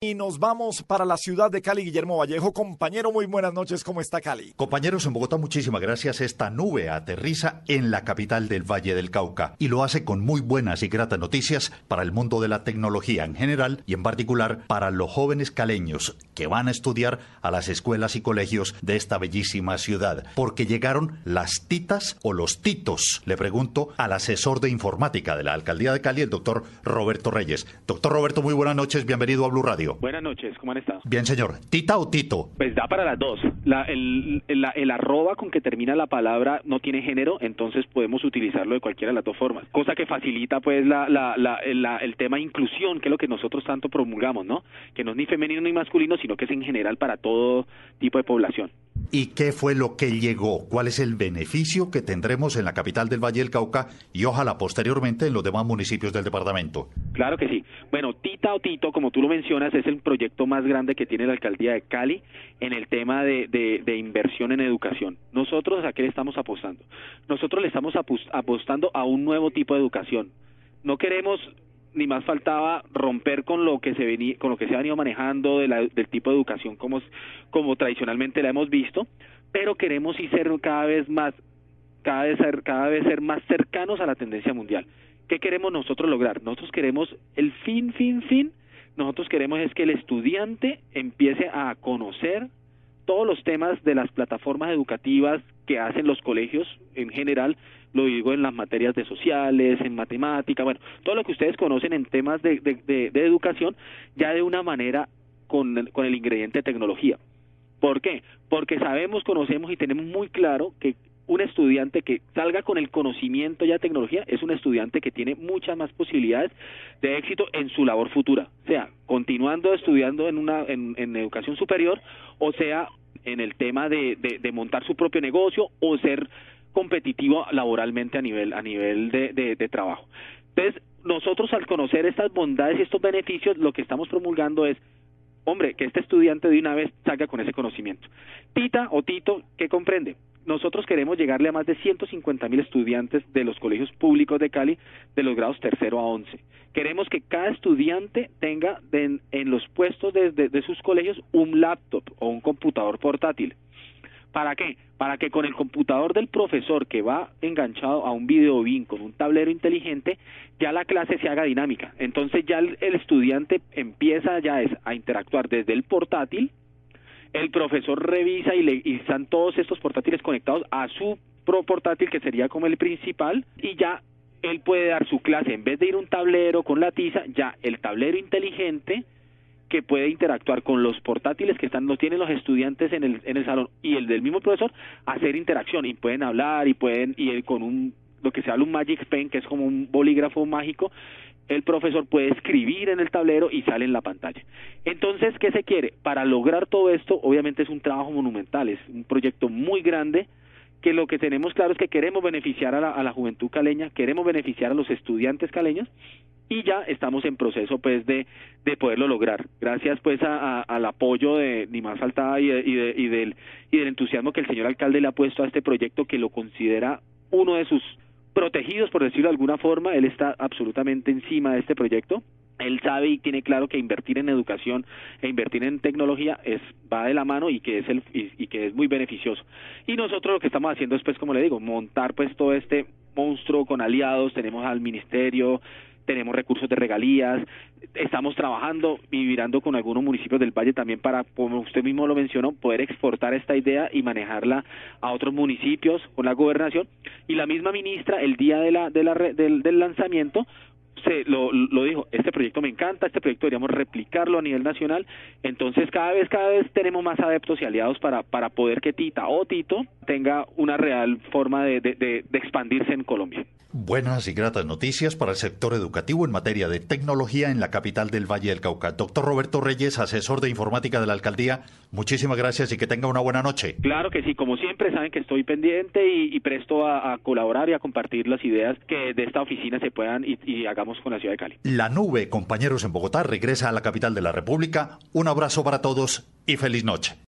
Y nos vamos para la ciudad de Cali, Guillermo Vallejo. Compañero, muy buenas noches, ¿cómo está Cali? Compañeros, en Bogotá, muchísimas gracias. Esta nube aterriza en la capital del Valle del Cauca y lo hace con muy buenas y gratas noticias para el mundo de la tecnología en general y en particular para los jóvenes caleños que van a estudiar a las escuelas y colegios de esta bellísima ciudad, porque llegaron las titas o los titos. Le pregunto al asesor de informática de la Alcaldía de Cali, el doctor Roberto Reyes. Doctor Roberto, muy buenas noches, bienvenido a Blue Radio. Buenas noches, ¿cómo han estado? Bien, señor. ¿Tita o Tito? Pues da para las dos. El arroba con que termina la palabra no tiene género, entonces podemos utilizarlo de cualquiera de las dos formas. Cosa que facilita pues el tema inclusión, que es lo que nosotros tanto promulgamos, ¿no? Que no es ni femenino ni masculino, sino que es en general para todo tipo de población. ¿Y qué fue lo que llegó? ¿Cuál es el beneficio que tendremos en la capital del Valle del Cauca y ojalá posteriormente en los demás municipios del departamento? Claro que sí. Bueno, Tita o Tito, como tú lo mencionas, es el proyecto más grande que tiene la Alcaldía de Cali en el tema de inversión en educación. Nosotros, ¿a qué le estamos apostando? Nosotros le estamos apostando a un nuevo tipo de educación. No queremos, ni más faltaba, romper con lo que se ha venido manejando del tipo de educación como tradicionalmente la hemos visto, pero queremos ser cada vez ser más cercanos a la tendencia mundial. ¿Qué queremos nosotros lograr? Nosotros queremos el nosotros queremos es que el estudiante empiece a conocer todos los temas de las plataformas educativas que hacen los colegios en general, lo digo en las materias de sociales, en matemática, bueno, todo lo que ustedes conocen en temas de educación, ya de una manera con el ingrediente de tecnología. ¿Por qué? Porque conocemos y tenemos muy claro que un estudiante que salga con el conocimiento ya de tecnología es un estudiante que tiene muchas más posibilidades de éxito en su labor futura, sea continuando estudiando en educación superior, o sea en el tema de montar su propio negocio o ser competitivo laboralmente a nivel de trabajo. Entonces, nosotros al conocer estas bondades y estos beneficios, lo que estamos promulgando es, hombre, que este estudiante de una vez salga con ese conocimiento. Tita o Tito, ¿qué comprende? Nosotros queremos llegarle a más de 150.000 estudiantes de los colegios públicos de Cali, de los grados 3º a 11. Queremos que cada estudiante tenga en los puestos de sus colegios un laptop o un computador portátil. ¿Para qué? Para que con el computador del profesor que va enganchado a un videobin con un tablero inteligente, ya la clase se haga dinámica. Entonces ya el estudiante empieza a interactuar desde el portátil, el profesor revisa y están todos estos portátiles conectados a su portátil, que sería como el principal, y ya él puede dar su clase, en vez de ir a un tablero con la tiza, ya el tablero inteligente que puede interactuar con los portátiles que los tienen los estudiantes en el salón y el del mismo profesor, hacer interacción, y pueden hablar y él con lo que se habla un Magic Pen, que es como un bolígrafo mágico, el profesor puede escribir en el tablero y sale en la pantalla. Entonces, ¿qué se quiere? Para lograr todo esto, obviamente es un trabajo monumental, es un proyecto muy grande, que lo que tenemos claro es que queremos beneficiar a la juventud caleña, queremos beneficiar a los estudiantes caleños, y ya estamos en proceso pues de poderlo lograr, gracias pues al apoyo de ni más faltaba y del entusiasmo que el señor alcalde le ha puesto a este proyecto, que lo considera uno de sus protegidos, por decirlo de alguna forma. Él está absolutamente encima de este proyecto. Él sabe y tiene claro que invertir en educación e invertir en tecnología va de la mano y que es muy beneficioso. Y nosotros lo que estamos haciendo es, pues, como le digo, montar pues todo este monstruo con aliados. Tenemos al ministerio, tenemos recursos de regalías, estamos trabajando y mirando con algunos municipios del Valle también para, como usted mismo lo mencionó, poder exportar esta idea y manejarla a otros municipios con la gobernación. Y la misma ministra, el día del lanzamiento, lo dijo: este proyecto me encanta, este proyecto deberíamos replicarlo a nivel nacional. Entonces cada vez tenemos más adeptos y aliados para poder que Tita o Tito tenga una real forma de expandirse en Colombia. Buenas y gratas noticias para el sector educativo en materia de tecnología en la capital del Valle del Cauca. Doctor Roberto Reyes, asesor de informática de la alcaldía, muchísimas gracias y que tenga una buena noche. Claro que sí, como siempre saben que estoy pendiente y presto a colaborar y a compartir las ideas que de esta oficina se puedan y hagamos con la ciudad de Cali. La nube, compañeros, en Bogotá regresa a la capital de la República. Un abrazo para todos y feliz noche.